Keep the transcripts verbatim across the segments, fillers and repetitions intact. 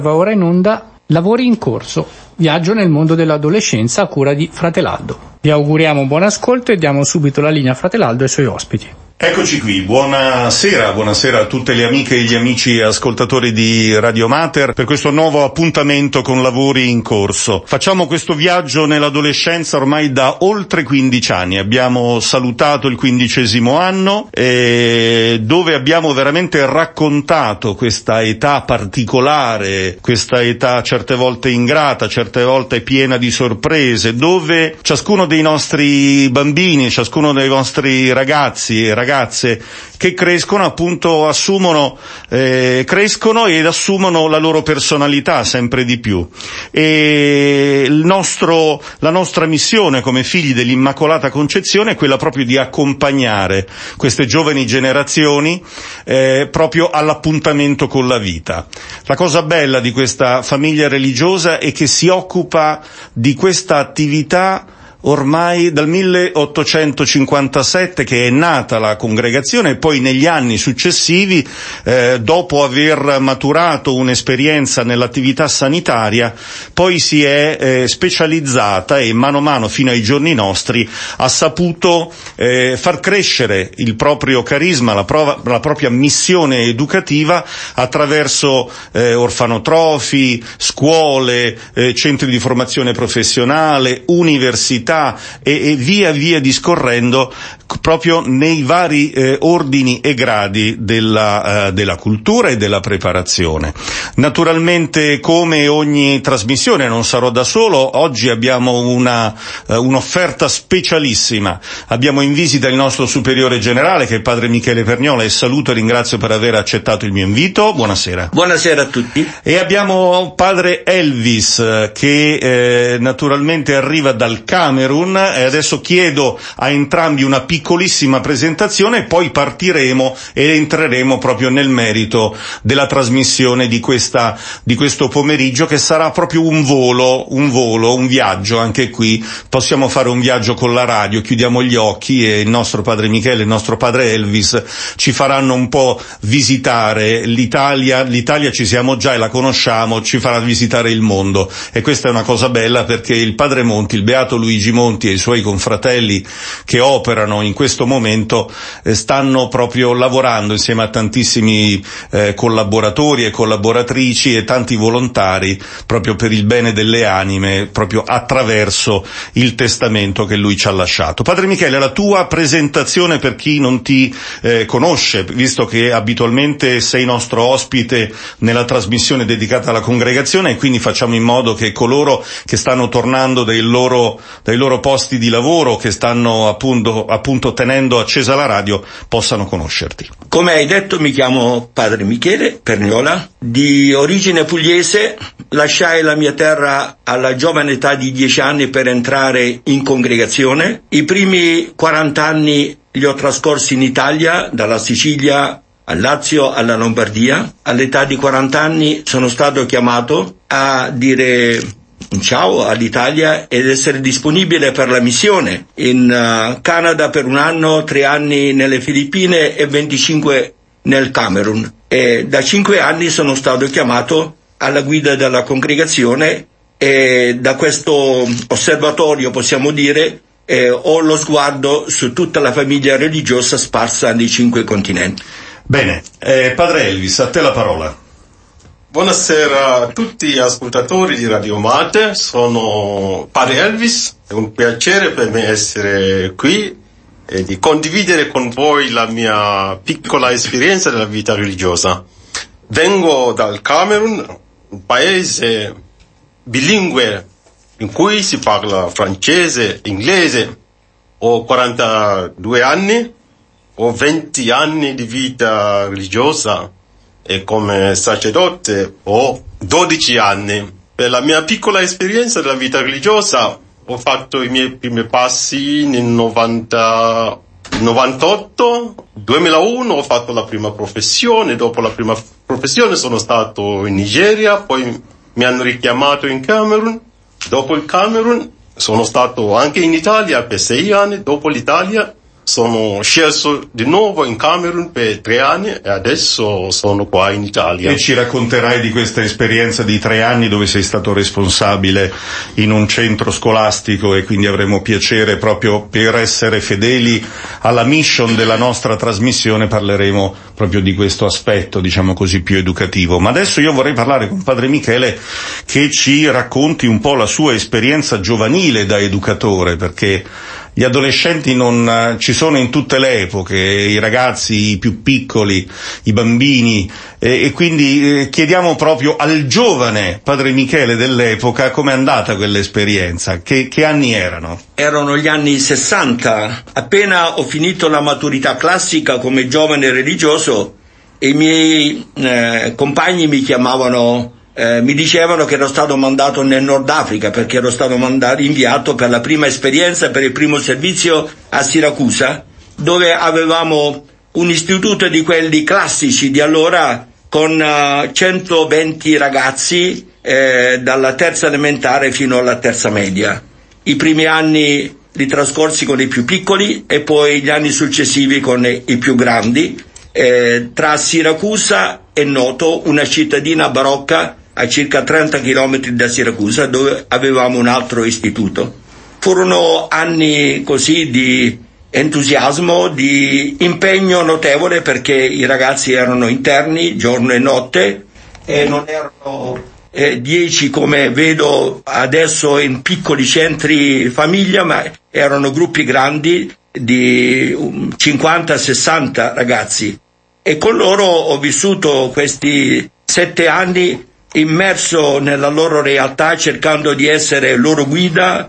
Va ora in onda Lavori in corso, viaggio nel mondo dell'adolescenza a cura di Fratelaldo. Vi auguriamo buon ascolto e diamo subito la linea a Fratelaldo e ai suoi ospiti. Eccoci qui, buonasera, buonasera a tutte le amiche e gli amici ascoltatori di Radio Mater per questo nuovo appuntamento con Lavori in corso. Facciamo questo viaggio nell'adolescenza ormai da oltre quindici anni, abbiamo salutato il quindicesimo anno eh, dove abbiamo veramente raccontato questa età particolare, questa età certe volte ingrata, certe volte piena di sorprese, dove ciascuno dei nostri bambini, ciascuno dei nostri ragazzi e ragazze ragazze che crescono appunto assumono eh, crescono ed assumono la loro personalità sempre di più, e il nostro la nostra missione come figli dell'Immacolata Concezione è quella proprio di accompagnare queste giovani generazioni eh, proprio all'appuntamento con la vita. La cosa bella di questa famiglia religiosa è che si occupa di questa attività ormai dal milleottocentocinquantasette, che è nata la congregazione, e poi negli anni successivi, eh, dopo aver maturato un'esperienza nell'attività sanitaria, poi si è eh, specializzata e mano a mano fino ai giorni nostri ha saputo eh, far crescere il proprio carisma, la, prova, la propria missione educativa attraverso eh, orfanotrofi, scuole, eh, centri di formazione professionale, università, E, e via via discorrendo proprio nei vari eh, ordini e gradi della, eh, della cultura e della preparazione. Naturalmente, come ogni trasmissione, non sarò da solo, oggi abbiamo una eh, un'offerta specialissima. Abbiamo in visita il nostro superiore generale, che è padre Michele Perniola, e saluto e ringrazio per aver accettato il mio invito. Buonasera. Buonasera a tutti. E abbiamo padre Elvis, che eh, naturalmente arriva dal Camerun, e adesso chiedo a entrambi una piccolissima presentazione e poi partiremo e entreremo proprio nel merito della trasmissione di questa di questo pomeriggio, che sarà proprio un volo, un volo, un viaggio. Anche qui possiamo fare un viaggio con la radio, chiudiamo gli occhi e il nostro padre Michele e il nostro padre Elvis ci faranno un po' visitare l'Italia, l'Italia ci siamo già e la conosciamo, ci farà visitare il mondo, e questa è una cosa bella, perché il padre Monti, il beato Luigi Monti e i suoi confratelli che operano in questo momento eh, stanno proprio lavorando insieme a tantissimi eh, collaboratori e collaboratrici e tanti volontari proprio per il bene delle anime, proprio attraverso il testamento che lui ci ha lasciato. Padre Michele, la tua presentazione per chi non ti eh, conosce, visto che abitualmente sei nostro ospite nella trasmissione dedicata alla congregazione, e quindi facciamo in modo che coloro che stanno tornando dai loro dai loro posti di lavoro, che stanno appunto, appunto tenendo accesa la radio, possano conoscerti. Come hai detto, mi chiamo padre Michele Perniola, di origine pugliese. Lasciai la mia terra alla giovane età di dieci anni per entrare in congregazione. I primi quaranta anni li ho trascorsi in Italia, dalla Sicilia al Lazio alla Lombardia. All'età di quaranta anni sono stato chiamato a dire ciao all'Italia ed essere disponibile per la missione in uh, Canada per un anno, tre anni nelle Filippine e venticinque nel Camerun. E da cinque anni sono stato chiamato alla guida della congregazione, e da questo osservatorio, possiamo dire, eh, ho lo sguardo su tutta la famiglia religiosa sparsa nei cinque continenti. Bene, eh, padre Elvis, a te la parola. Buonasera a tutti gli ascoltatori di Radio Mater, sono padre Elvis, è un piacere per me essere qui e di condividere con voi la mia piccola esperienza della vita religiosa. Vengo dal Camerun, un paese bilingue in cui si parla francese, inglese. Ho quarantadue anni, ho venti anni di vita religiosa, e come sacerdote ho dodici anni. Per la mia piccola esperienza della vita religiosa ho fatto i miei primi passi nel novanta, novantotto, duemilauno ho fatto la prima professione. Dopo la prima professione sono stato in Nigeria, poi mi hanno richiamato in Camerun. Dopo il Camerun sono stato anche in Italia per sei anni. Dopo l'Italia sono sceso di nuovo in Camerun per tre anni e adesso sono qua in Italia. E ci racconterai di questa esperienza di tre anni dove sei stato responsabile in un centro scolastico, e quindi avremo piacere, proprio per essere fedeli alla mission della nostra trasmissione, parleremo proprio di questo aspetto, diciamo così, più educativo. Ma adesso io vorrei parlare con padre Michele, che ci racconti un po' la sua esperienza giovanile da educatore, perché gli adolescenti non ci sono in tutte le epoche, i ragazzi, i più piccoli, i bambini, e, e quindi eh, chiediamo proprio al giovane padre Michele dell'epoca com'è andata quell'esperienza, che, che anni erano? Erano gli anni sessanta, appena ho finito la maturità classica come giovane religioso, e i miei eh, compagni mi chiamavano Eh, mi dicevano che ero stato mandato nel Nord Africa, perché ero stato mandato, inviato per la prima esperienza, per il primo servizio a Siracusa, dove avevamo un istituto di quelli classici di allora, con uh, centoventi ragazzi eh, dalla terza elementare fino alla terza media. I primi anni li trascorsi con i più piccoli e poi gli anni successivi con i, i più grandi. Eh, tra Siracusa e Noto, una cittadina barocca a circa trenta chilometri da Siracusa, dove avevamo un altro istituto. Furono anni così di entusiasmo, di impegno notevole, perché i ragazzi erano interni giorno e notte e non erano eh, dieci come vedo adesso in piccoli centri famiglia, ma erano gruppi grandi di cinquanta sessanta ragazzi, e con loro ho vissuto questi sette anni immerso nella loro realtà, cercando di essere loro guida,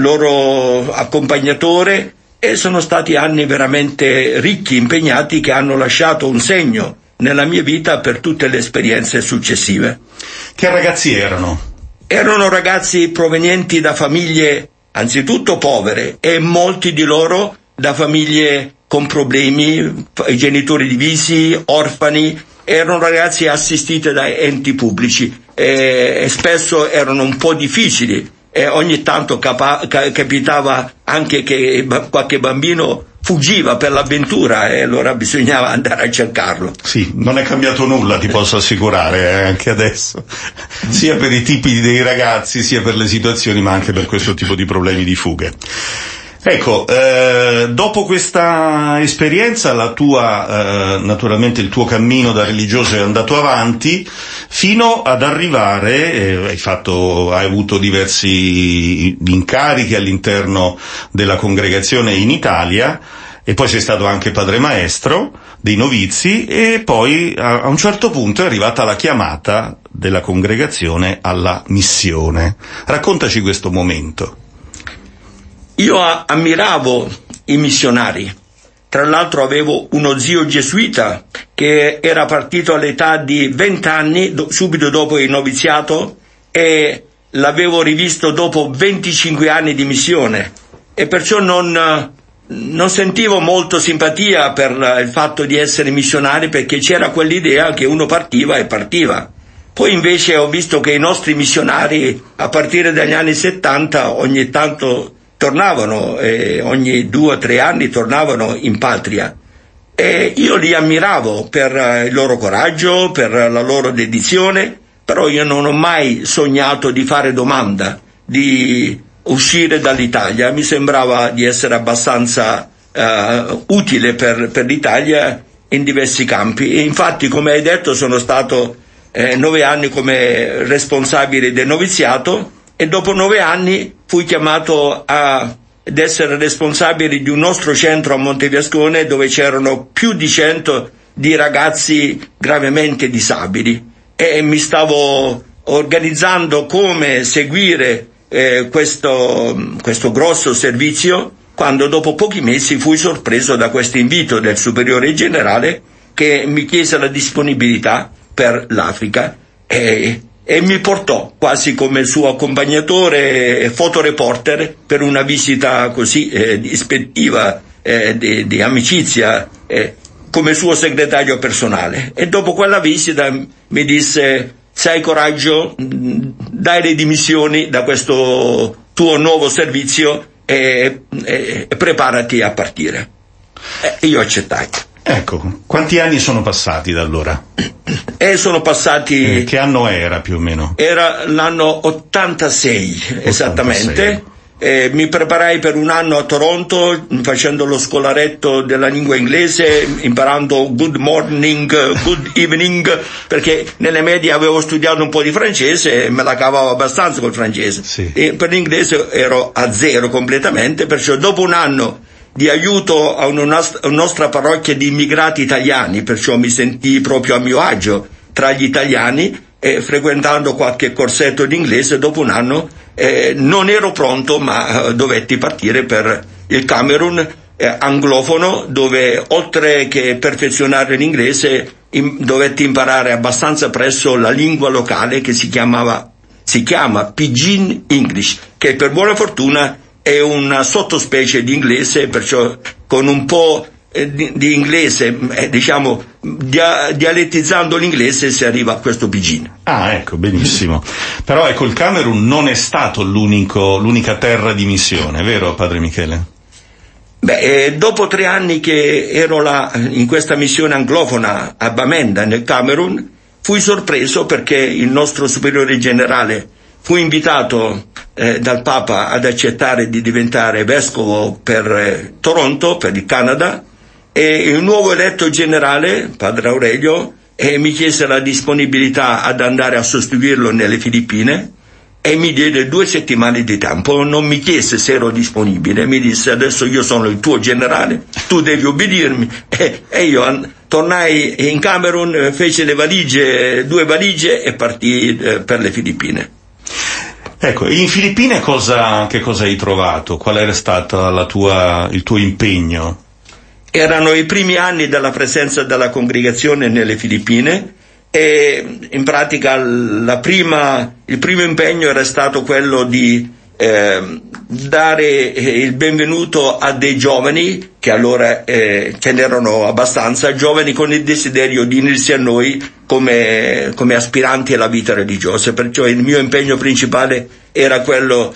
loro accompagnatore, e sono stati anni veramente ricchi, impegnati, che hanno lasciato un segno nella mia vita per tutte le esperienze successive. Che ragazzi erano? Erano ragazzi provenienti da famiglie anzitutto povere, e molti di loro da famiglie con problemi, genitori divisi, orfani. Erano ragazzi assistiti da enti pubblici e, e spesso erano un po' difficili, e ogni tanto capa- ca- capitava anche che ba- qualche bambino fuggiva per l'avventura, e allora bisognava andare a cercarlo. Sì, non è cambiato nulla, ti posso assicurare, eh, anche adesso, sia per i tipi dei ragazzi, sia per le situazioni, ma anche per questo tipo di problemi di fughe. Ecco, eh, dopo questa esperienza, la tua, eh, naturalmente il tuo cammino da religioso è andato avanti fino ad arrivare, eh, hai fatto, hai avuto diversi incarichi all'interno della congregazione in Italia, e poi sei stato anche padre maestro dei novizi, e poi a, a un certo punto è arrivata la chiamata della congregazione alla missione. Raccontaci questo momento. Io ammiravo i missionari. Tra l'altro avevo uno zio gesuita che era partito all'età di venti anni, do, subito dopo il noviziato, e l'avevo rivisto dopo venticinque anni di missione, e perciò non, non sentivo molto simpatia per il fatto di essere missionari, perché c'era quell'idea che uno partiva e partiva. Poi invece ho visto che i nostri missionari, a partire dagli anni settanta, ogni tanto tornavano, eh, ogni due o tre anni tornavano in patria, e io li ammiravo per il loro coraggio, per la loro dedizione, però io non ho mai sognato di fare domanda, di uscire dall'Italia. Mi sembrava di essere abbastanza uh, utile per, per l'Italia in diversi campi, e infatti, come hai detto, sono stato eh, nove anni come responsabile del noviziato, e dopo nove anni fui chiamato a, ad essere responsabile di un nostro centro a Monteviascone, dove c'erano più di cento di ragazzi gravemente disabili, e mi stavo organizzando come seguire eh, questo, questo grosso servizio, quando dopo pochi mesi fui sorpreso da questo invito del superiore generale, che mi chiese la disponibilità per l'Africa, e e mi portò quasi come suo accompagnatore e fotoreporter per una visita così eh, ispettiva, eh, di, di amicizia, eh, come suo segretario personale. E dopo quella visita mi disse: se hai coraggio, dai le dimissioni da questo tuo nuovo servizio e, e, e preparati a partire. Eh, io accettai. Ecco, quanti anni sono passati da allora? E sono passati... Eh, che anno era più o meno? Era l'anno ottantasei, ottantasei. Esattamente. Eh, mi preparai per un anno a Toronto facendo lo scolaretto della lingua inglese, imparando good morning, good evening, perché nelle medie avevo studiato un po' di francese e me la cavavo abbastanza col francese. Sì. E per l'inglese ero a zero completamente, perciò dopo un anno di aiuto a una nostra parrocchia di immigrati italiani, perciò mi sentii proprio a mio agio tra gli italiani, e frequentando qualche corsetto d'inglese, dopo un anno eh, non ero pronto, ma eh, dovetti partire per il Camerun eh, anglofono, dove oltre che perfezionare l'inglese im- dovetti imparare abbastanza presto la lingua locale che si chiamava si chiama Pidgin English, che per buona fortuna è una sottospecie di inglese, perciò con un po' di, di inglese, eh, diciamo, dia, dialettizzando l'inglese si arriva a questo Pidgin. Ah, ecco, benissimo. Però ecco, il Camerun non è stato l'unico, l'unica terra di missione, vero, padre Michele? Beh, eh, dopo tre anni che ero là in questa missione anglofona a Bamenda, nel Camerun, fui sorpreso perché il nostro superiore generale fu invitato eh, dal Papa ad accettare di diventare vescovo per eh, Toronto, per il Canada, e il nuovo eletto generale, padre Aurelio, eh, mi chiese la disponibilità ad andare a sostituirlo nelle Filippine e mi diede due settimane di tempo. Non mi chiese se ero disponibile, mi disse: adesso io sono il tuo generale, tu devi obbedirmi. E, e io an- tornai in Camerun, feci le valigie, due valigie e partii eh, per le Filippine. Ecco, in Filippine cosa, che cosa hai trovato? Qual era stato la tua, il tuo impegno? Erano i primi anni della presenza della congregazione nelle Filippine e in pratica la prima, il primo impegno era stato quello di eh, dare il benvenuto a dei giovani, che allora eh, ce n'erano abbastanza, giovani con il desiderio di unirsi a noi come, come aspiranti alla vita religiosa. Perciò il mio impegno principale era quello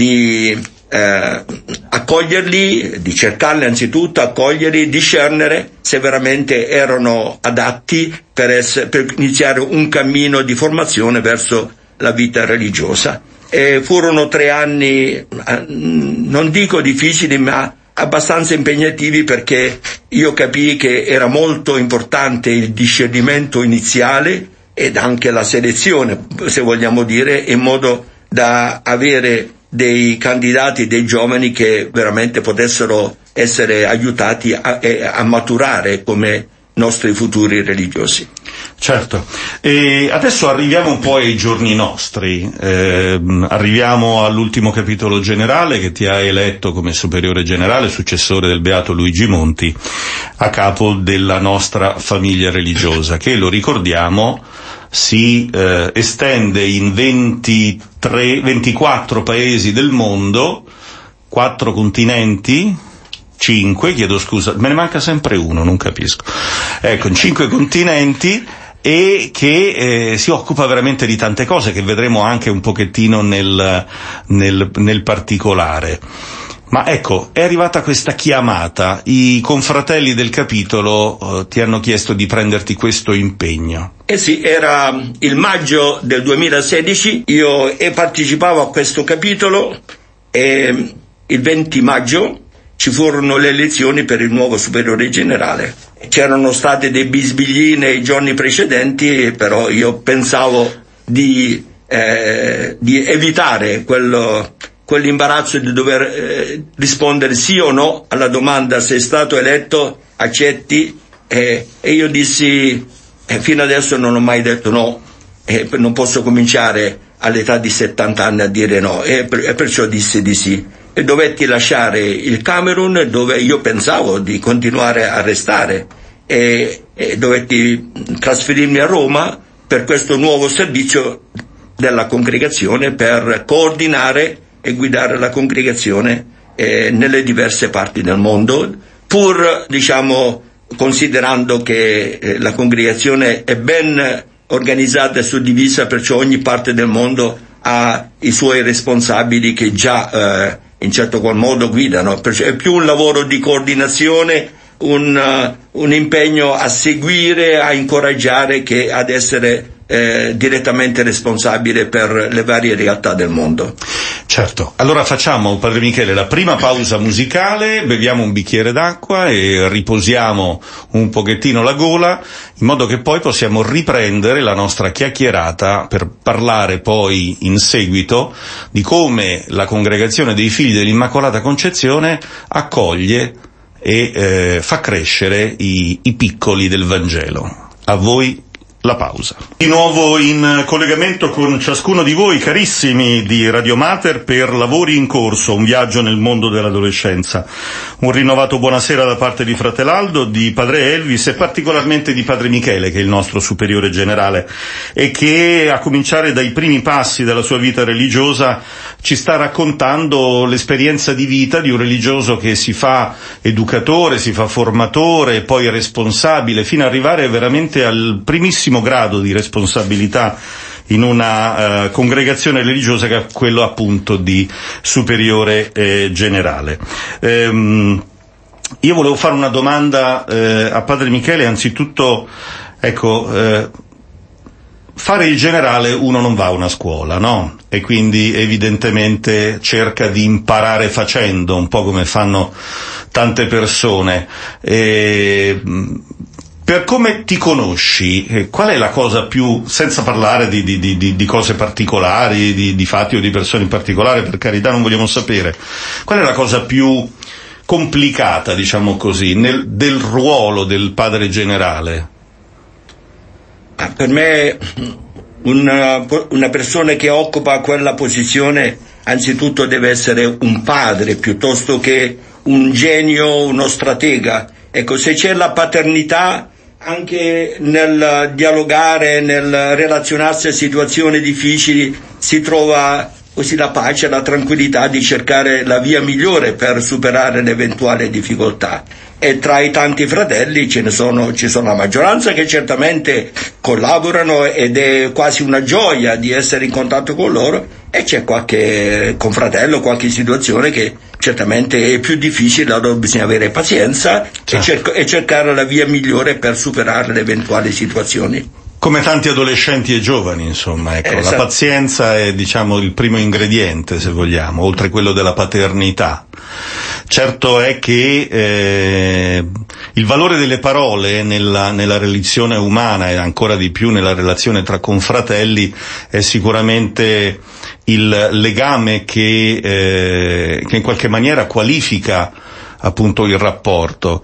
di eh, accoglierli, di cercarli anzitutto, accoglierli, discernere se veramente erano adatti per, essere, per iniziare un cammino di formazione verso la vita religiosa. E furono tre anni, non dico difficili, ma abbastanza impegnativi, perché io capii che era molto importante il discernimento iniziale ed anche la selezione, se vogliamo dire, in modo da avere dei candidati, dei giovani che veramente potessero essere aiutati a, a maturare come nostri futuri religiosi. Certo, e adesso arriviamo un po' ai giorni nostri, eh, arriviamo all'ultimo capitolo generale che ti ha eletto come superiore generale, successore del beato Luigi Monti, a capo della nostra famiglia religiosa, che, lo ricordiamo, si eh, estende in ventitré, ventiquattro paesi del mondo, quattro continenti, cinque, chiedo scusa, me ne manca sempre uno, non capisco. Ecco, in cinque continenti, e che eh, si occupa veramente di tante cose che vedremo anche un pochettino nel, nel, nel particolare. Ma ecco, è arrivata questa chiamata, i confratelli del capitolo eh, ti hanno chiesto di prenderti questo impegno. Eh sì, era il maggio del duemilasedici, io e partecipavo a questo capitolo e il venti maggio ci furono le elezioni per il nuovo superiore generale. C'erano state dei bisbigli nei giorni precedenti, però io pensavo di, eh, di evitare quello, quell'imbarazzo di dover eh, rispondere sì o no alla domanda: sei stato eletto, accetti? Eh, e io dissi, eh, fino adesso non ho mai detto no, eh, non posso cominciare all'età di settanta anni a dire no, e, per, e perciò dissi di sì. E dovetti lasciare il Camerun, dove io pensavo di continuare a restare, e, e dovetti trasferirmi a Roma per questo nuovo servizio della congregazione, per coordinare e guidare la congregazione eh, nelle diverse parti del mondo, pur, diciamo, considerando che eh, la congregazione è ben organizzata e suddivisa, perciò ogni parte del mondo ha i suoi responsabili che già eh, in certo qual modo guidano. Perciò è più un lavoro di coordinazione, un, uh, un impegno a seguire, a incoraggiare, che ad essere eh, direttamente responsabile per le varie realtà del mondo. Certo, allora facciamo, Padre Michele, la prima pausa musicale, beviamo un bicchiere d'acqua e riposiamo un pochettino la gola, in modo che poi possiamo riprendere la nostra chiacchierata per parlare poi in seguito di come la Congregazione dei Figli dell'Immacolata Concezione accoglie e eh, fa crescere i, i piccoli del Vangelo. A voi la pausa. Di nuovo in collegamento con ciascuno di voi, carissimi di Radio Mater, per Lavori in Corso, un viaggio nel mondo dell'adolescenza. Un rinnovato buonasera da parte di Fratelaldo, di Padre Elvis e particolarmente di Padre Michele, che è il nostro superiore generale e che, a cominciare dai primi passi della sua vita religiosa, ci sta raccontando l'esperienza di vita di un religioso che si fa educatore, si fa formatore, poi responsabile, fino ad arrivare veramente al primissimo grado di responsabilità in una uh, congregazione religiosa, che è quello appunto di superiore eh, generale. Ehm, io volevo fare una domanda eh, a Padre Michele, anzitutto, ecco, eh, fare il generale uno non va a una scuola, no? E quindi evidentemente cerca di imparare facendo, un po' come fanno tante persone. E, per come ti conosci, eh, qual è la cosa più, senza parlare di, di, di, di cose particolari, di, di fatti o di persone in particolare, per carità, non vogliamo sapere, qual è la cosa più complicata, diciamo così, nel, del ruolo del padre generale? Per me una, una persona che occupa quella posizione anzitutto deve essere un padre piuttosto che un genio, uno stratega. Ecco, se c'è la paternità anche nel dialogare, nel relazionarsi a situazioni difficili, si trova così la pace, la tranquillità di cercare la via migliore per superare l'eventuale difficoltà. E tra i tanti fratelli ce ne sono, ci sono la maggioranza che certamente collaborano ed è quasi una gioia di essere in contatto con loro, e c'è qualche confratello, qualche situazione che certamente è più difficile, allora bisogna avere pazienza, certo, e, cerc- e cercare la via migliore per superare le eventuali situazioni. Come tanti adolescenti e giovani, insomma, ecco, esatto. La pazienza è, diciamo, il primo ingrediente, se vogliamo, oltre quello della paternità. Certo è che eh, il valore delle parole nella, nella relazione umana, e ancora di più nella relazione tra confratelli, è sicuramente il legame che, eh, che in qualche maniera qualifica appunto il rapporto.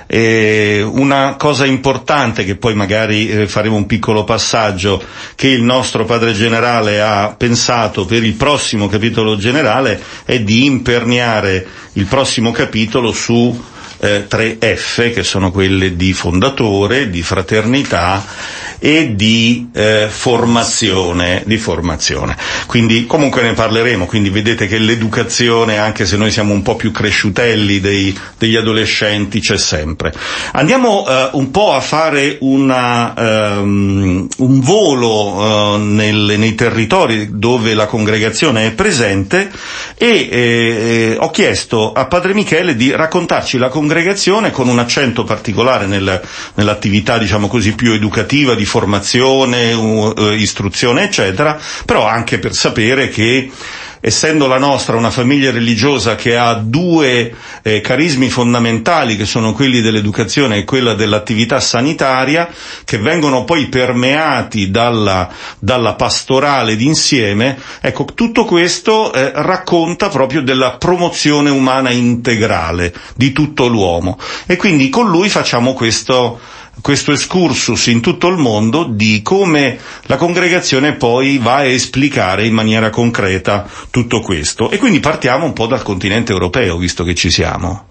E una cosa importante, che poi magari eh, faremo un piccolo passaggio, che il nostro padre generale ha pensato per il prossimo capitolo generale, è di imperniare il prossimo capitolo su eh, tre F, che sono quelle di fondatore, di fraternità e di eh, formazione, di formazione. Quindi comunque ne parleremo, quindi vedete che l'educazione, anche se noi siamo un po' più cresciutelli dei, degli adolescenti, c'è sempre. Andiamo eh, un po' a fare una, um, un volo uh, nel, nei territori dove la congregazione è presente, e eh, ho chiesto a Padre Michele di raccontarci la congregazione con un accento particolare nel, nell'attività, diciamo così, più educativa, di formazione, uh, istruzione, eccetera, però anche per sapere che, essendo la nostra una famiglia religiosa che ha due eh, carismi fondamentali, che sono quelli dell'educazione e quella dell'attività sanitaria, che vengono poi permeati dalla, dalla pastorale d'insieme, ecco, tutto questo eh, racconta proprio della promozione umana integrale di tutto l'uomo, e quindi con lui facciamo questo questo excursus in tutto il mondo di come la congregazione poi va a esplicare in maniera concreta tutto questo. E quindi partiamo un po' dal continente europeo, visto che ci siamo.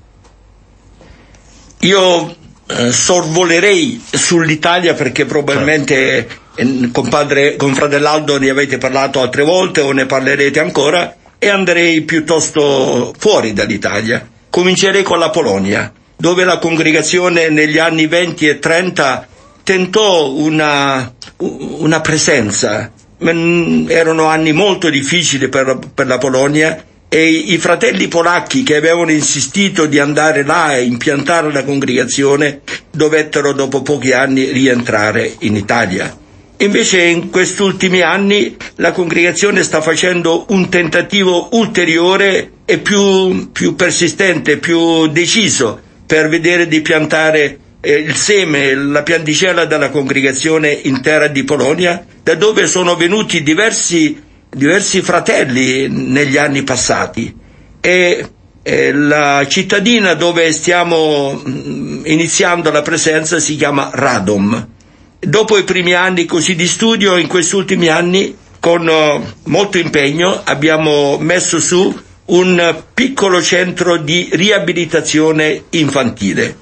Io eh, sorvolerei sull'Italia, perché probabilmente eh, con, padre, con Fratelaldo ne avete parlato altre volte o ne parlerete ancora, e andrei piuttosto fuori dall'Italia. Comincerei con la Polonia, dove la congregazione negli anni venti e trenta tentò una, una presenza. Erano anni molto difficili per, per la Polonia, e i fratelli polacchi che avevano insistito di andare là e impiantare la congregazione dovettero dopo pochi anni rientrare in Italia. Invece in questi ultimi anni la congregazione sta facendo un tentativo ulteriore e più, più persistente, più deciso per vedere di piantare eh, il seme, la pianticella della congregazione in terra di Polonia, da dove sono venuti diversi, diversi fratelli negli anni passati. E eh, la cittadina dove stiamo mh, iniziando la presenza si chiama Radom. Dopo i primi anni così di studio, in questi ultimi anni, con uh, molto impegno, abbiamo messo su un piccolo centro di riabilitazione infantile.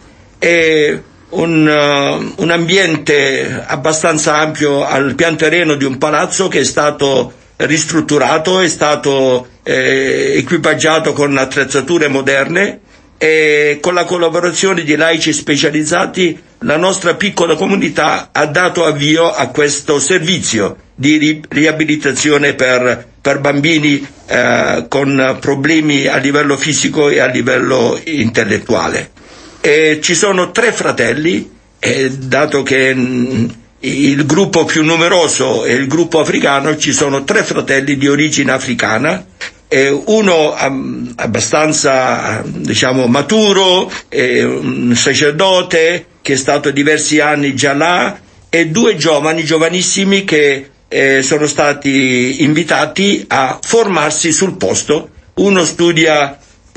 È un, uh, un ambiente abbastanza ampio al pian terreno di un palazzo che è stato ristrutturato, è stato eh, equipaggiato con attrezzature moderne, e con la collaborazione di laici specializzati la nostra piccola comunità ha dato avvio a questo servizio di ri- riabilitazione per, per bambini eh, con problemi a livello fisico e a livello intellettuale. E ci sono tre fratelli, e dato che mh, il gruppo più numeroso è il gruppo africano, ci sono tre fratelli di origine africana, uno abbastanza, diciamo, maturo, un sacerdote che è stato diversi anni già là, e due giovani, giovanissimi, che eh, sono stati invitati a formarsi sul posto. Uno studia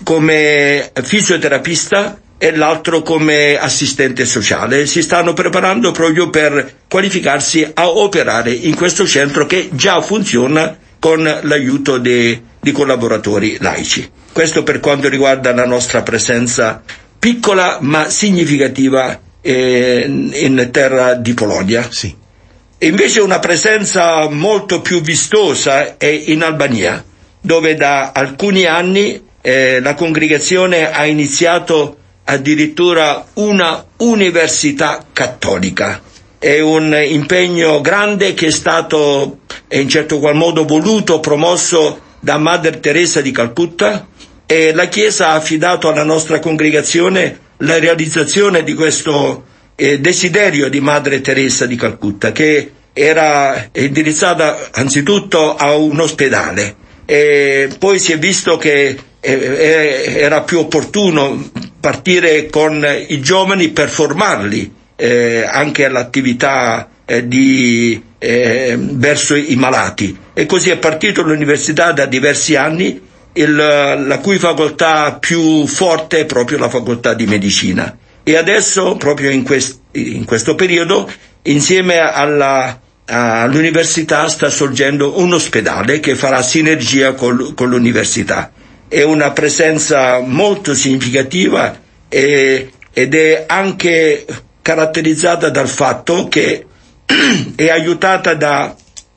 come fisioterapista e l'altro come assistente sociale. Si stanno preparando proprio per qualificarsi a operare in questo centro che già funziona con l'aiuto di, di collaboratori laici. Questo per quanto riguarda la nostra presenza piccola ma significativa eh, in terra di Polonia. Sì. E invece una presenza molto più vistosa è in Albania, dove da alcuni anni eh, la congregazione ha iniziato addirittura una università cattolica. È un impegno grande che è stato in certo qual modo voluto, promosso da Madre Teresa di Calcutta, e la Chiesa ha affidato alla nostra congregazione la realizzazione di questo eh, desiderio di Madre Teresa di Calcutta, che era indirizzata anzitutto a un ospedale, e poi si è visto che eh, era più opportuno partire con i giovani per formarli Eh, anche all'attività eh, di, eh, verso i malati, e così è partito l'università da diversi anni, il, la cui facoltà più forte è proprio la facoltà di medicina, e adesso proprio in, quest, in questo periodo insieme alla, all'università sta sorgendo un ospedale che farà sinergia col, con l'università. È una presenza molto significativa e, ed è anche caratterizzata dal fatto che è aiutata da,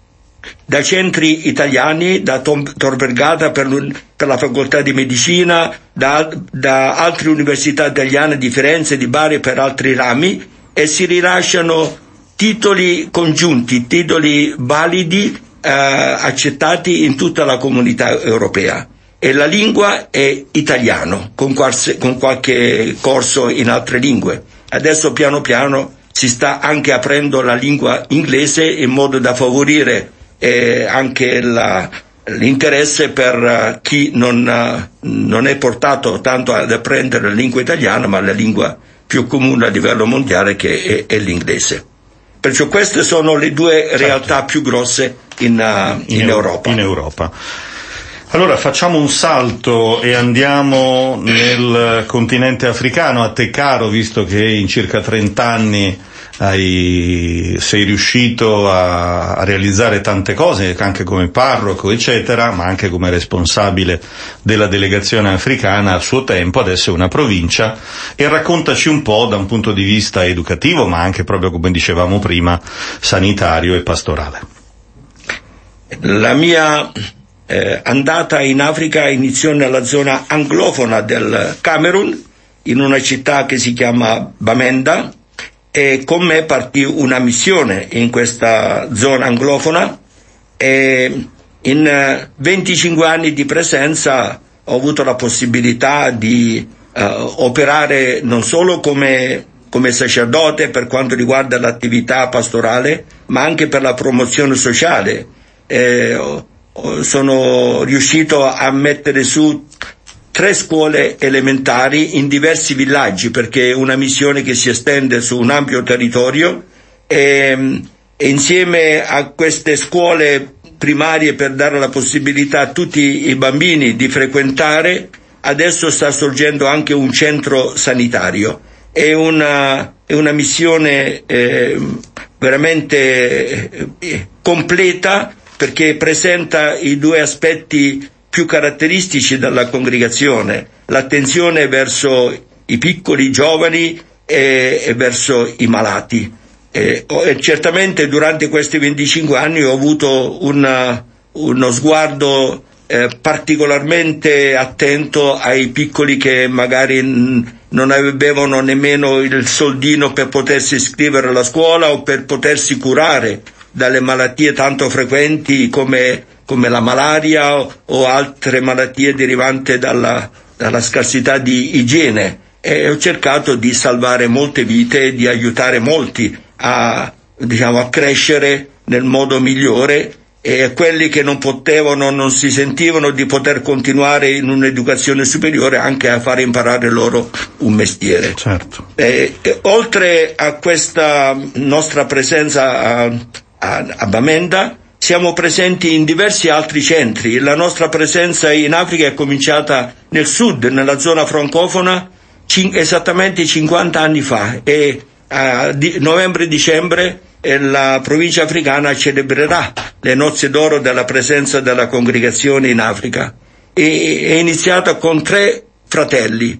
da centri italiani, da Tor Vergata per, per la facoltà di medicina, da, da altre università italiane di Firenze, di Bari per altri rami, e si rilasciano titoli congiunti, titoli validi eh, accettati in tutta la comunità europea. E la lingua è italiano, con, qualse, con qualche corso in altre lingue. Adesso piano piano si sta anche aprendo la lingua inglese in modo da favorire eh, anche la, l'interesse per uh, chi non, uh, non è portato tanto ad apprendere la lingua italiana, ma la lingua più comune a livello mondiale, che è, è l'inglese. Perciò queste sono le due certo. realtà più grosse in, uh, in, in Europa. In Europa. Allora facciamo un salto e andiamo nel continente africano, a te caro, visto che in circa trenta anni hai, sei riuscito a, a realizzare tante cose, anche come parroco, eccetera, ma anche come responsabile della delegazione africana a suo tempo, adesso è una provincia, e raccontaci un po' da un punto di vista educativo, ma anche proprio, come dicevamo prima, sanitario e pastorale. La mia Eh, andata in Africa iniziò nella zona anglofona del Camerun, in una città che si chiama Bamenda, e con me partì una missione in questa zona anglofona, e in eh, venticinque anni di presenza ho avuto la possibilità di uh, operare non solo come come sacerdote per quanto riguarda l'attività pastorale, ma anche per la promozione sociale. Eh, sono riuscito a mettere su tre scuole elementari in diversi villaggi, perché è una missione che si estende su un ampio territorio, e, e insieme a queste scuole primarie, per dare la possibilità a tutti i bambini di frequentare, adesso sta sorgendo anche un centro sanitario. È una, è una missione eh, veramente eh, completa, perché presenta i due aspetti più caratteristici della congregazione: l'attenzione verso i piccoli, i giovani e, e verso i malati. E, e certamente durante questi venticinque anni ho avuto una, uno sguardo eh, particolarmente attento ai piccoli che magari n- non avevano nemmeno il soldino per potersi iscrivere alla scuola o per potersi curare dalle malattie tanto frequenti come, come la malaria o, o altre malattie derivanti dalla, dalla scarsità di igiene. E ho cercato di salvare molte vite e di aiutare molti a, diciamo, a crescere nel modo migliore, e quelli che non potevano, non si sentivano di poter continuare in un'educazione superiore, anche a fare imparare loro un mestiere. Certo. E, e, oltre a questa nostra presenza a, a, a Bamenda, siamo presenti in diversi altri centri. La nostra presenza in Africa è cominciata nel sud, nella zona francofona, cin- esattamente cinquanta anni fa, e a di- novembre-dicembre la provincia africana celebrerà le nozze d'oro della presenza della congregazione in Africa. E, è iniziata con tre fratelli.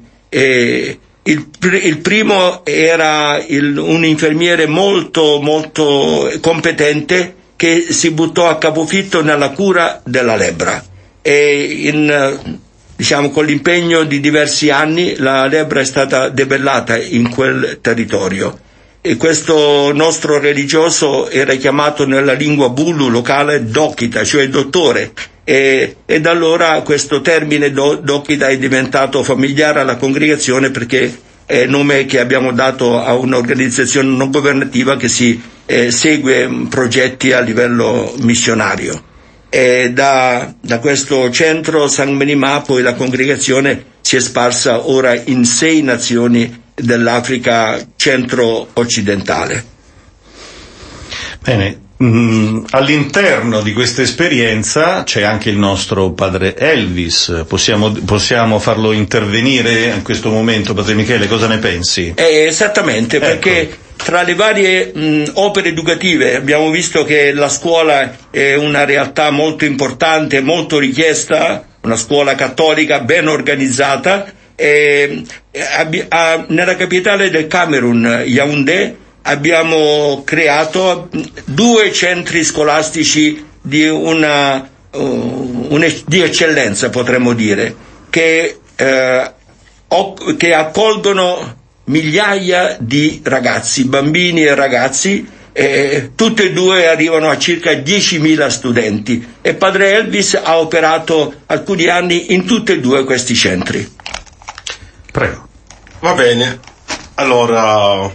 E il, il primo era il, un infermiere molto molto competente, che si buttò a capofitto nella cura della lebbra, e in, diciamo, con l'impegno di diversi anni la lebbra è stata debellata in quel territorio. E questo nostro religioso era chiamato nella lingua bulu locale Dokita, cioè dottore, e, e da allora questo termine do, Dokita è diventato familiare alla congregazione, perché è il nome che abbiamo dato a un'organizzazione non governativa che si eh, segue progetti a livello missionario. E da, da questo centro San Benimà poi la congregazione si è sparsa ora in sei nazioni dell'Africa centro-occidentale. Bene, mm, all'interno di questa esperienza c'è anche il nostro padre Elvis. Possiamo, possiamo farlo intervenire in questo momento, padre Michele, cosa ne pensi? Eh, esattamente, ecco. Perché tra le varie mh, opere educative abbiamo visto che la scuola è una realtà molto importante, molto richiesta, una scuola cattolica ben organizzata. E, abbi- a, nella capitale del Camerun, Yaoundé, abbiamo creato due centri scolastici di una, uh, una di eccellenza, potremmo dire, che, eh, oc- che accolgono migliaia di ragazzi, bambini e ragazzi. E tutte e due arrivano a circa diecimila studenti, e padre Elvis ha operato alcuni anni in tutti e due questi centri. Prego. Va bene, allora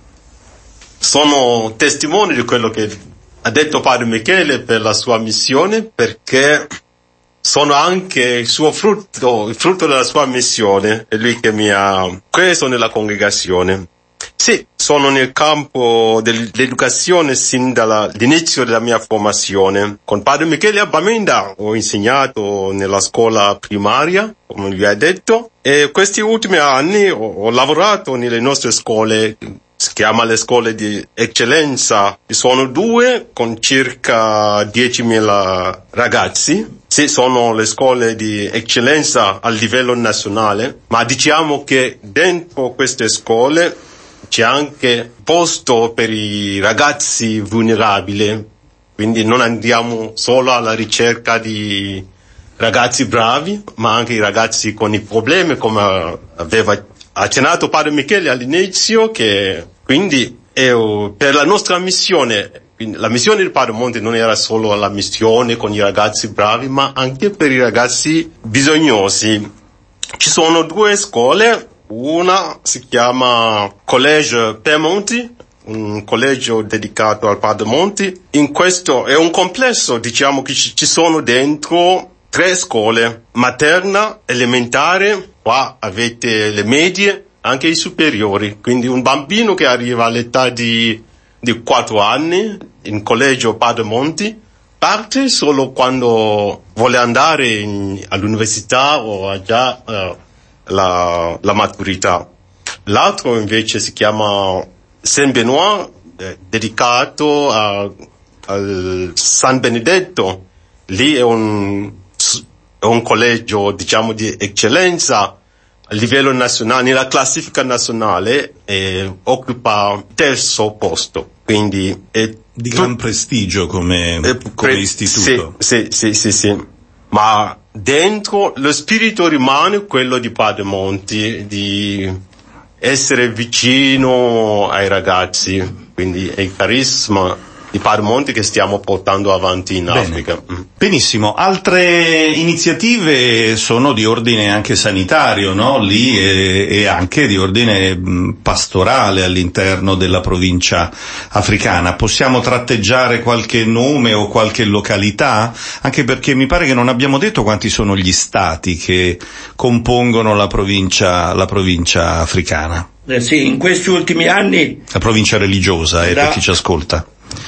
sono testimone di quello che ha detto padre Michele per la sua missione, perché sono anche il suo frutto, il frutto della sua missione, è lui che mi ha preso nella congregazione. Sì, sono nel campo dell'educazione sin dall'inizio della mia formazione. Con padre Michele a Bamenda ho insegnato nella scuola primaria, come lui ha detto, e questi ultimi anni ho, ho lavorato nelle nostre scuole, si chiama le scuole di eccellenza. Sono due con circa diecimila ragazzi. Sì, sono le scuole di eccellenza a livello nazionale, ma diciamo che dentro queste scuole c'è anche posto per i ragazzi vulnerabili, quindi non andiamo solo alla ricerca di ragazzi bravi, ma anche i ragazzi con i problemi, come aveva accennato padre Michele all'inizio, che quindi eh, per la nostra missione Quindi la missione del Padre Monti non era solo la missione con i ragazzi bravi, ma anche per i ragazzi bisognosi. Ci sono due scuole, una si chiama College Piemonte, un collegio dedicato al Padre Monti. In questo è un complesso, diciamo che ci sono dentro tre scuole, materna, elementare, qua avete le medie, anche i superiori. Quindi un bambino che arriva all'età di, di quattro anni in collegio Padre Monti parte solo quando vuole andare in, all'università o ha già uh, la, la maturità. L'altro invece si chiama Saint Benoît, eh, dedicato a, al San Benedetto. Lì è un, è un collegio, diciamo, di eccellenza a livello nazionale, nella classifica nazionale, eh, occupa terzo posto. Quindi è di tu, gran prestigio come, eh, come pre- istituto. Sì, sì, sì, sì, sì. Ma dentro lo spirito rimane quello di Padre Monti, di essere vicino ai ragazzi, quindi è il carisma di Padre Monti che stiamo portando avanti in Bene. Africa. Benissimo, altre iniziative sono di ordine anche sanitario, no? Lì e, e anche di ordine mh, pastorale all'interno della provincia africana. Possiamo tratteggiare qualche nome o qualche località? Anche perché mi pare che non abbiamo detto quanti sono gli stati che compongono la provincia, la provincia africana. Eh sì, in questi ultimi anni... La provincia religiosa, eh, da, per chi ci ascolta.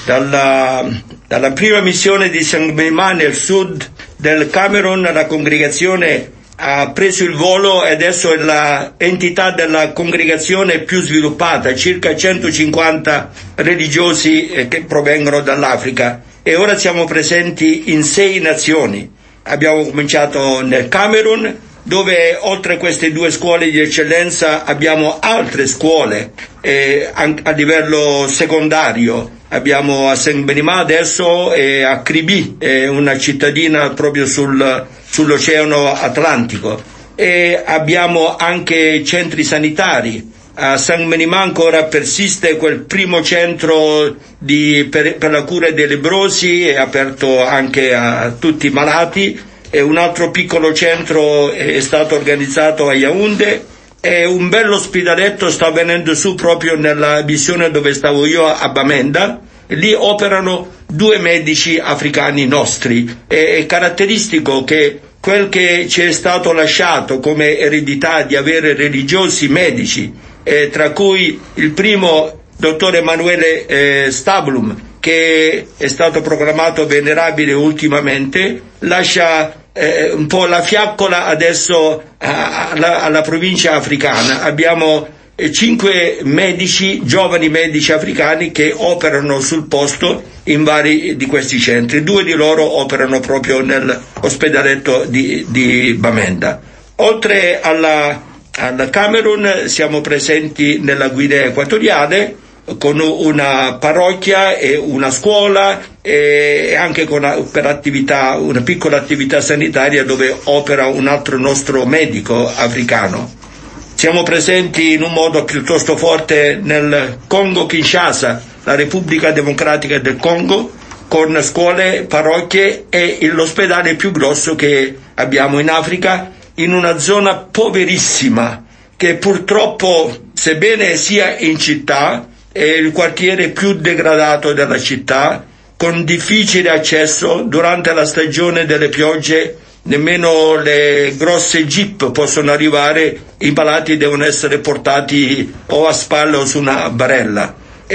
Dalla, dalla prima missione di Saint Benoît nel sud del Camerun, la congregazione ha preso il volo e adesso è l'entità della congregazione più sviluppata, circa centocinquanta religiosi eh, che provengono dall'Africa, e ora siamo presenti in sei nazioni. Abbiamo cominciato nel Camerun, dove oltre a queste due scuole di eccellenza abbiamo altre scuole eh, a livello secondario. Abbiamo a Saint Benoît adesso e a Kribi, eh, una cittadina proprio sul, sull'Oceano Atlantico, e abbiamo anche centri sanitari. A Saint Benoît ancora persiste quel primo centro di, per, per la cura dei lebbrosi, è aperto anche a tutti i malati, e un altro piccolo centro è stato organizzato a Yaoundé, e un bello ospedaletto sta venendo su proprio nella missione dove stavo io a Bamenda. Lì operano due medici africani nostri. È caratteristico che quel che ci è stato lasciato come eredità di avere religiosi medici, eh, tra cui il primo dottor Emanuele eh, Stablum, che è stato proclamato venerabile ultimamente, lascia eh, un po' la fiaccola adesso alla, alla provincia africana. Abbiamo eh, cinque medici, giovani medici africani che operano sul posto in vari di questi centri. Due di loro operano proprio nell'ospedaletto di, di Bamenda. Oltre alla, al Camerun siamo presenti nella Guinea Equatoriale, con una parrocchia e una scuola e anche con una, per attività, una piccola attività sanitaria dove opera un altro nostro medico africano. Siamo presenti in un modo piuttosto forte nel Congo Kinshasa, la Repubblica Democratica del Congo, con scuole, parrocchie e l'ospedale più grosso che abbiamo in Africa, in una zona poverissima che purtroppo, sebbene sia in città, è il quartiere più degradato della città, con difficile accesso. Durante la stagione delle piogge nemmeno le grosse jeep possono arrivare, i malati devono essere portati o a spalle o su una barella.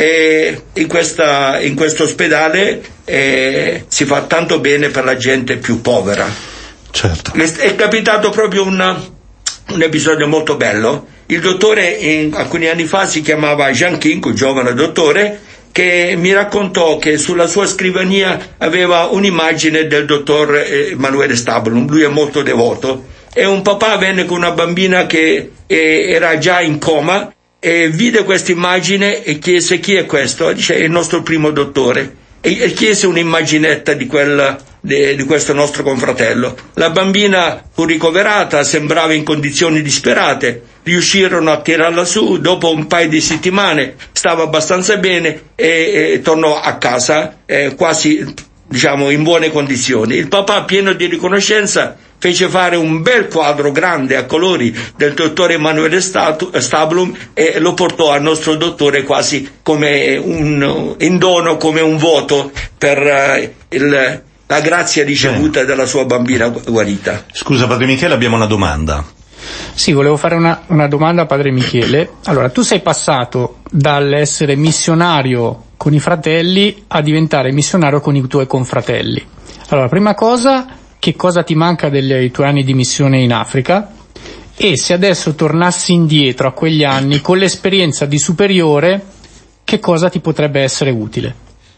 E in questa, in questo ospedale eh, si fa tanto bene per la gente più povera. Certo. È capitato proprio una, un episodio molto bello. Il dottore in, alcuni anni fa si chiamava Jean King, un giovane dottore, che mi raccontò che sulla sua scrivania aveva un'immagine del dottor Emanuele Stablum. Lui è molto devoto, e un papà venne con una bambina che eh, era già in coma e vide questa immagine e chiese: chi è questo? Dice: è il nostro primo dottore. E, e chiese un'immaginetta di quel di, di questo nostro confratello. La bambina fu ricoverata, sembrava in condizioni disperate, riuscirono a tirarla su, dopo un paio di settimane stava abbastanza bene e, e tornò a casa eh, quasi, diciamo, in buone condizioni. Il papà, pieno di riconoscenza, fece fare un bel quadro grande a colori del dottore Emanuele Stablum e lo portò al nostro dottore quasi come un in dono, come un voto per uh, il, la grazia ricevuta dalla sua bambina guarita. Scusa padre Michele, abbiamo una domanda. Sì, volevo fare una, una domanda a padre Michele. Allora, tu sei passato dall'essere missionario con i fratelli a diventare missionario con i tuoi confratelli. Allora, prima cosa, che cosa ti manca dei tuoi anni di missione in Africa? E se adesso tornassi indietro a quegli anni con l'esperienza di superiore, che cosa ti potrebbe essere utile?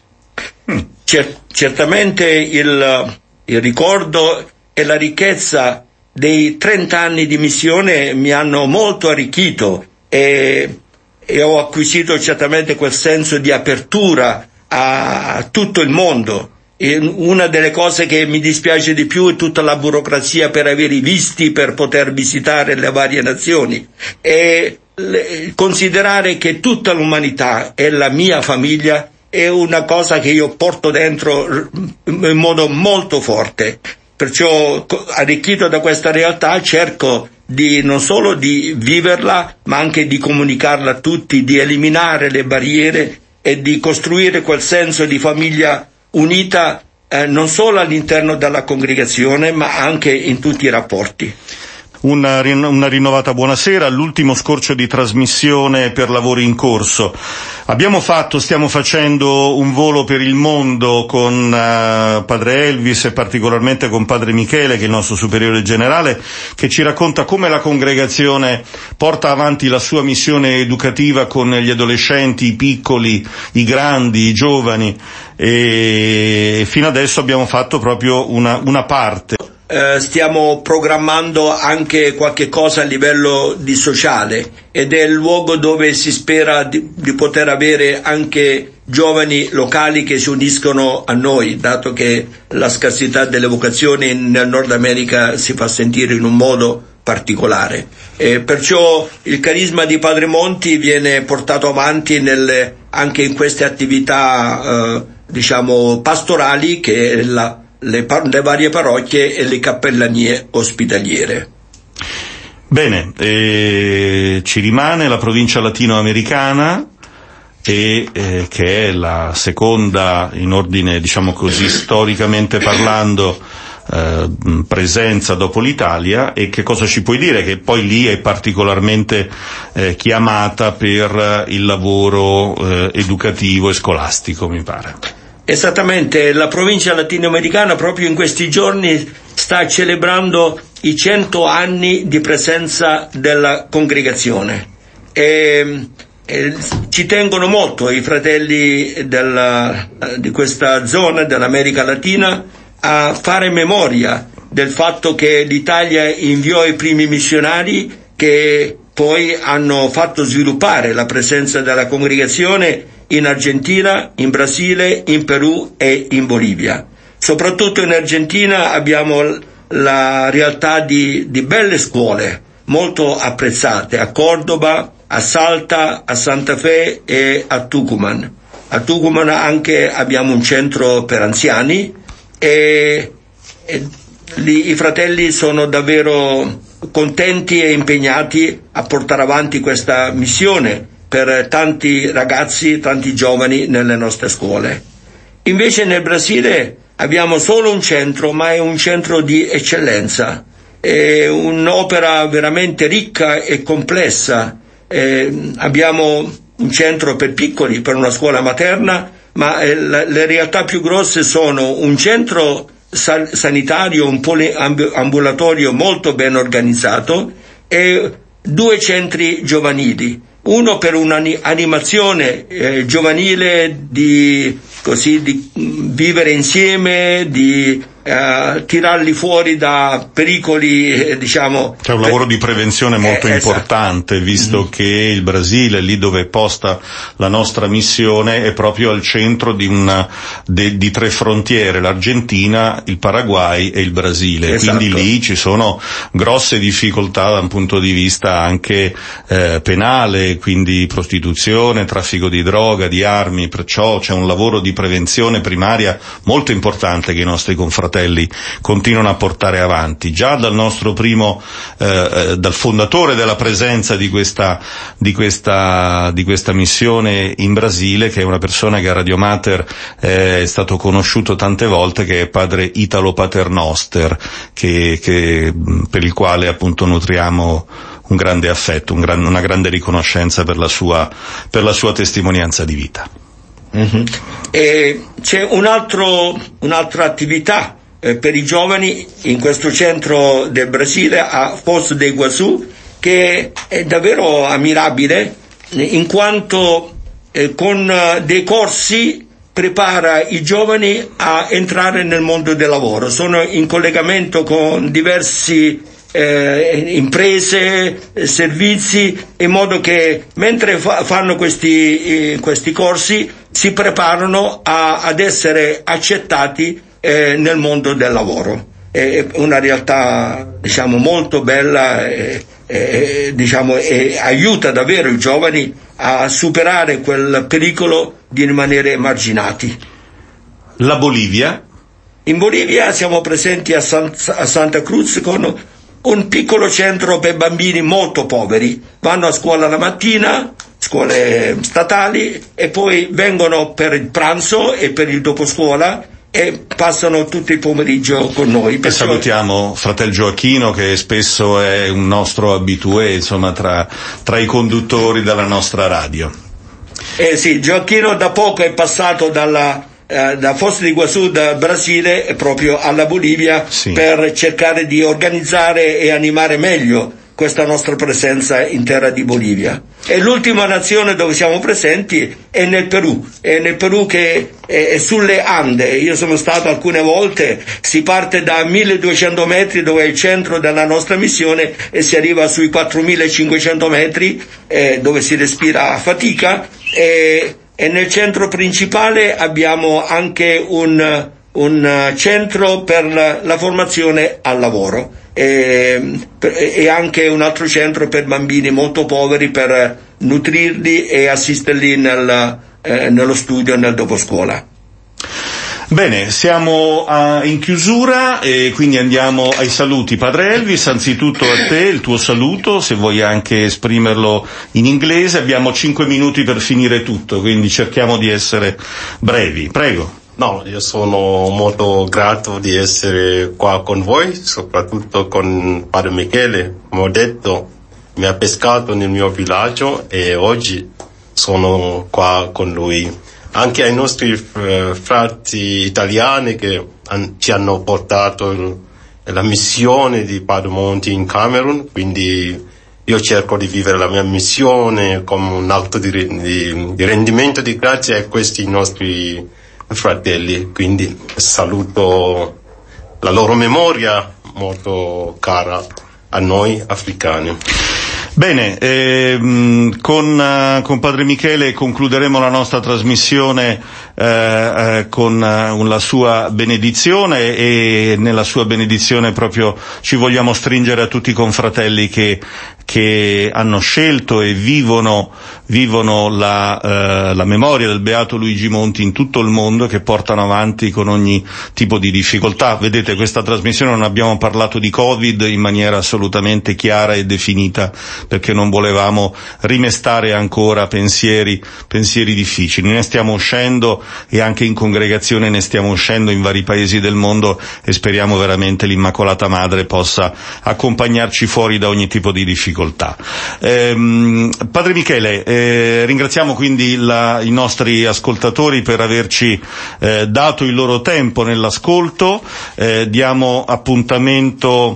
Cer- certamente il, il ricordo e la ricchezza dei trenta anni di missione mi hanno molto arricchito e, e ho acquisito certamente quel senso di apertura a tutto il mondo. E una delle cose che mi dispiace di più è tutta la burocrazia per avere i visti, per poter visitare le varie nazioni, e le, considerare che tutta l'umanità è la mia famiglia è una cosa che io porto dentro in modo molto forte. Perciò, arricchito da questa realtà, cerco di non solo di viverla, ma anche di comunicarla a tutti, di eliminare le barriere e di costruire quel senso di famiglia unita eh, non solo all'interno della congregazione, ma anche in tutti i rapporti. Una, una rinnovata buonasera, all'ultimo scorcio di trasmissione per lavori in corso. Abbiamo fatto, stiamo facendo un volo per il mondo con uh, padre Elvis e particolarmente con padre Michele, che è il nostro superiore generale, che ci racconta come la congregazione porta avanti la sua missione educativa con gli adolescenti, i piccoli, i grandi, i giovani, e fino adesso abbiamo fatto proprio una, una parte. Uh, stiamo programmando anche qualche cosa a livello di sociale ed è il luogo dove si spera di, di poter avere anche giovani locali che si uniscono a noi, dato che la scarsità delle vocazioni nel Nord America si fa sentire in un modo particolare. E perciò il carisma di Padre Monti viene portato avanti nelle, anche in queste attività uh, diciamo pastorali che è la Le, par- le varie parrocchie e le cappellanie ospitaliere. Bene, eh, ci rimane la provincia latinoamericana e eh, che è la seconda in ordine, diciamo così, storicamente parlando, eh, presenza dopo l'Italia. E che cosa ci puoi dire? Che poi lì è particolarmente eh, chiamata per il lavoro eh, educativo e scolastico, mi pare. Esattamente, la provincia latinoamericana proprio in questi giorni sta celebrando i cento anni di presenza della congregazione e, e ci tengono molto i fratelli della, di questa zona dell'America Latina a fare memoria del fatto che l'Italia inviò i primi missionari che poi hanno fatto sviluppare la presenza della congregazione in Argentina, in Brasile, in Perù e in Bolivia. Soprattutto in Argentina abbiamo la realtà di, di belle scuole molto apprezzate a Cordoba, a Salta, a Santa Fe e a Tucumán. A Tucumán anche abbiamo un centro per anziani e, e lì i fratelli sono davvero contenti e impegnati a portare avanti questa missione per tanti ragazzi, tanti giovani nelle nostre scuole. Invece nel Brasile abbiamo solo un centro, ma è un centro di eccellenza, è un'opera veramente ricca e complessa. Eh, abbiamo un centro per piccoli, per una scuola materna, ma eh, la, le realtà più grosse sono un centro san- sanitario, un poliambulatorio molto ben organizzato e due centri giovanili. Uno per un'animazione eh, giovanile di, così, di vivere insieme, di eh, tirarli fuori da pericoli, eh, diciamo. C'è un lavoro di prevenzione molto eh, importante, esatto. Visto mm-hmm. che il Brasile, lì dove è posta la nostra missione, è proprio al centro di una de, di tre frontiere, l'Argentina, il Paraguay e il Brasile. Esatto. Quindi lì ci sono grosse difficoltà da un punto di vista anche eh, penale, quindi prostituzione, traffico di droga, di armi, perciò c'è un lavoro di prevenzione primaria molto importante che i nostri confratelli continuano a portare avanti. Già dal nostro primo, eh, dal fondatore della presenza di questa, di questa, di questa missione in Brasile, che è una persona che a Radio Mater eh, è stato conosciuto tante volte, che è padre Italo Paternoster, che, che, per il quale appunto nutriamo un grande affetto, un gran, una grande riconoscenza per la sua, per la sua testimonianza di vita. Mm-hmm. E c'è un altro, un'altra attività eh, per i giovani in questo centro del Brasile, a Foz do Iguaçu, che è davvero ammirabile, in quanto eh, con uh, dei corsi prepara i giovani a entrare nel mondo del lavoro. Sono in collegamento con diversi eh, imprese, eh, servizi, in modo che mentre fa- fanno questi, eh, questi corsi si preparano a, ad essere accettati eh, nel mondo del lavoro. È una realtà, diciamo, molto bella e, e, diciamo, e aiuta davvero i giovani a superare quel pericolo di rimanere emarginati. La Bolivia? In Bolivia siamo presenti a, San, a Santa Cruz con un piccolo centro per bambini molto poveri. Vanno a scuola la mattina, scuole statali, e poi vengono per il pranzo e per il doposcuola e passano tutto il pomeriggio con noi. E salutiamo fratel Gioacchino, che spesso è un nostro abitué, insomma, tra, tra i conduttori della nostra radio. Eh sì, Gioacchino da poco è passato dalla, eh, da Foz do Iguaçu, da Brasile, proprio alla Bolivia, sì, per cercare di organizzare e animare meglio questa nostra presenza in terra di Bolivia. E l'ultima nazione dove siamo presenti è nel Perù, è nel Perù che è sulle Ande. Io sono stato alcune volte, si parte da milleduecento metri, dove è il centro della nostra missione, e si arriva sui quattromilacinquecento metri, eh, dove si respira a fatica, e, e nel centro principale abbiamo anche un, un centro per la, la formazione al lavoro. E, e anche un altro centro per bambini molto poveri, per nutrirli e assisterli nel, eh, nello studio e nel doposcuola. Bene, siamo a, in chiusura, e quindi andiamo ai saluti. Padre Elvis, anzitutto a te il tuo saluto, se vuoi anche esprimerlo in inglese. Abbiamo cinque minuti per finire tutto, quindi cerchiamo di essere brevi. Prego. No, io sono molto grato di essere qua con voi, soprattutto con Padre Michele. Come ho detto, mi ha pescato nel mio villaggio e oggi sono qua con lui. Anche ai nostri eh, frati italiani che an- ci hanno portato il, la missione di Padre Monti in Camerun, quindi io cerco di vivere la mia missione come un atto di, di, di rendimento di grazia a questi nostri fratelli, quindi saluto la loro memoria molto cara a noi africani. Bene, ehm, con, uh, con Padre Michele concluderemo la nostra trasmissione eh, eh, con uh, la sua benedizione, e nella sua benedizione proprio ci vogliamo stringere a tutti i confratelli che che hanno scelto e vivono vivono la, eh, la memoria del Beato Luigi Monti in tutto il mondo, che portano avanti con ogni tipo di difficoltà. Vedete, questa trasmissione non abbiamo parlato di Covid in maniera assolutamente chiara e definita, perché non volevamo rimestare ancora pensieri pensieri difficili. Ne stiamo uscendo, e anche in congregazione ne stiamo uscendo in vari paesi del mondo, e speriamo veramente l'Immacolata Madre possa accompagnarci fuori da ogni tipo di difficoltà. Ehm, Padre Michele, eh, ringraziamo quindi la, i nostri ascoltatori per averci eh, dato il loro tempo nell'ascolto. Eh, diamo appuntamento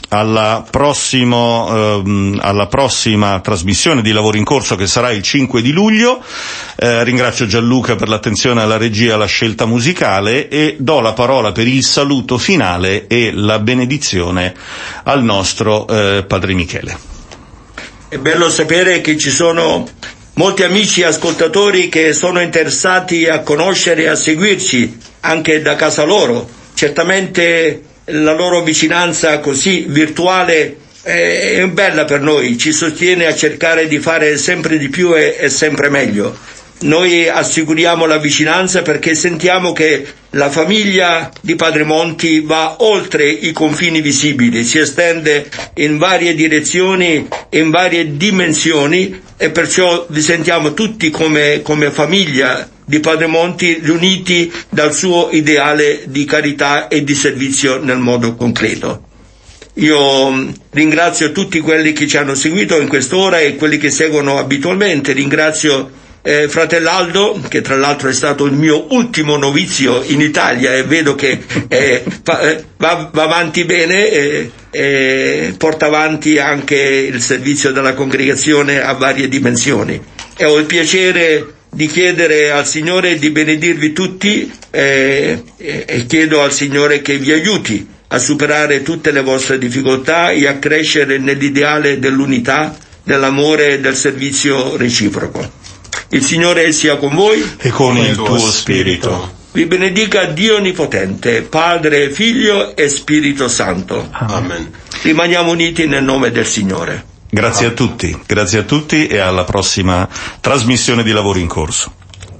alla, prossimo, ehm, alla prossima trasmissione di Lavori in Corso, che sarà il cinque di luglio. Eh, ringrazio Gianluca per l'attenzione alla regia e alla scelta musicale e do la parola per il saluto finale e la benedizione al nostro eh, Padre Michele. È bello sapere che ci sono molti amici ascoltatori che sono interessati a conoscere e a seguirci anche da casa loro. Certamente la loro vicinanza così virtuale è bella per noi, ci sostiene a cercare di fare sempre di più e, e sempre meglio. Noi assicuriamo la vicinanza perché sentiamo che la famiglia di Padre Monti va oltre i confini visibili, si estende in varie direzioni, in varie dimensioni, e perciò vi sentiamo tutti come, come famiglia di Padre Monti, riuniti dal suo ideale di carità e di servizio nel modo concreto. Io ringrazio tutti quelli che ci hanno seguito in quest'ora e quelli che seguono abitualmente. Ringrazio eh, Fratellaldo, che tra l'altro è stato il mio ultimo novizio in Italia e vedo che eh, fa, eh, va, va avanti bene e eh, porta avanti anche il servizio della congregazione a varie dimensioni. E ho il piacere di chiedere al Signore di benedirvi tutti eh, e chiedo al Signore che vi aiuti a superare tutte le vostre difficoltà e a crescere nell'ideale dell'unità, dell'amore e del servizio reciproco. Il Signore sia con voi e con il tuo spirito. Vi benedica Dio Onnipotente, Padre, Figlio e Spirito Santo. Amen. Rimaniamo uniti nel nome del Signore. Grazie a tutti, grazie a tutti e alla prossima trasmissione di Lavori in Corso.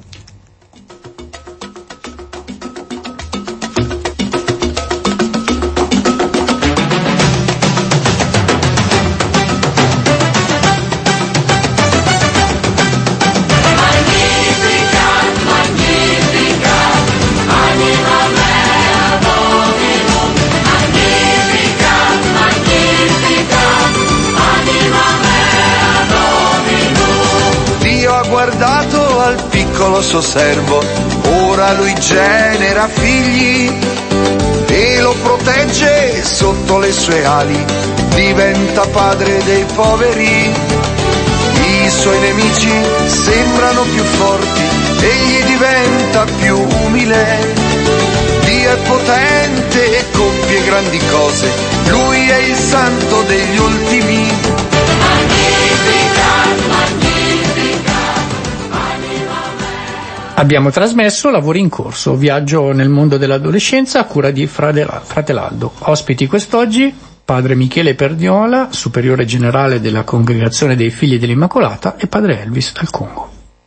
Suo servo, ora lui genera figli e lo protegge sotto le sue ali, diventa padre dei poveri. I suoi nemici sembrano più forti, egli diventa più umile. Dio è potente e compie grandi cose, lui è il santo degli ultimi. Abbiamo trasmesso Lavori in Corso, viaggio nel mondo dell'adolescenza a cura di Fratellaldo. Ospiti quest'oggi Padre Michele Perdiola, superiore generale della Congregazione dei Figli dell'Immacolata, e Padre Elvis dal Congo.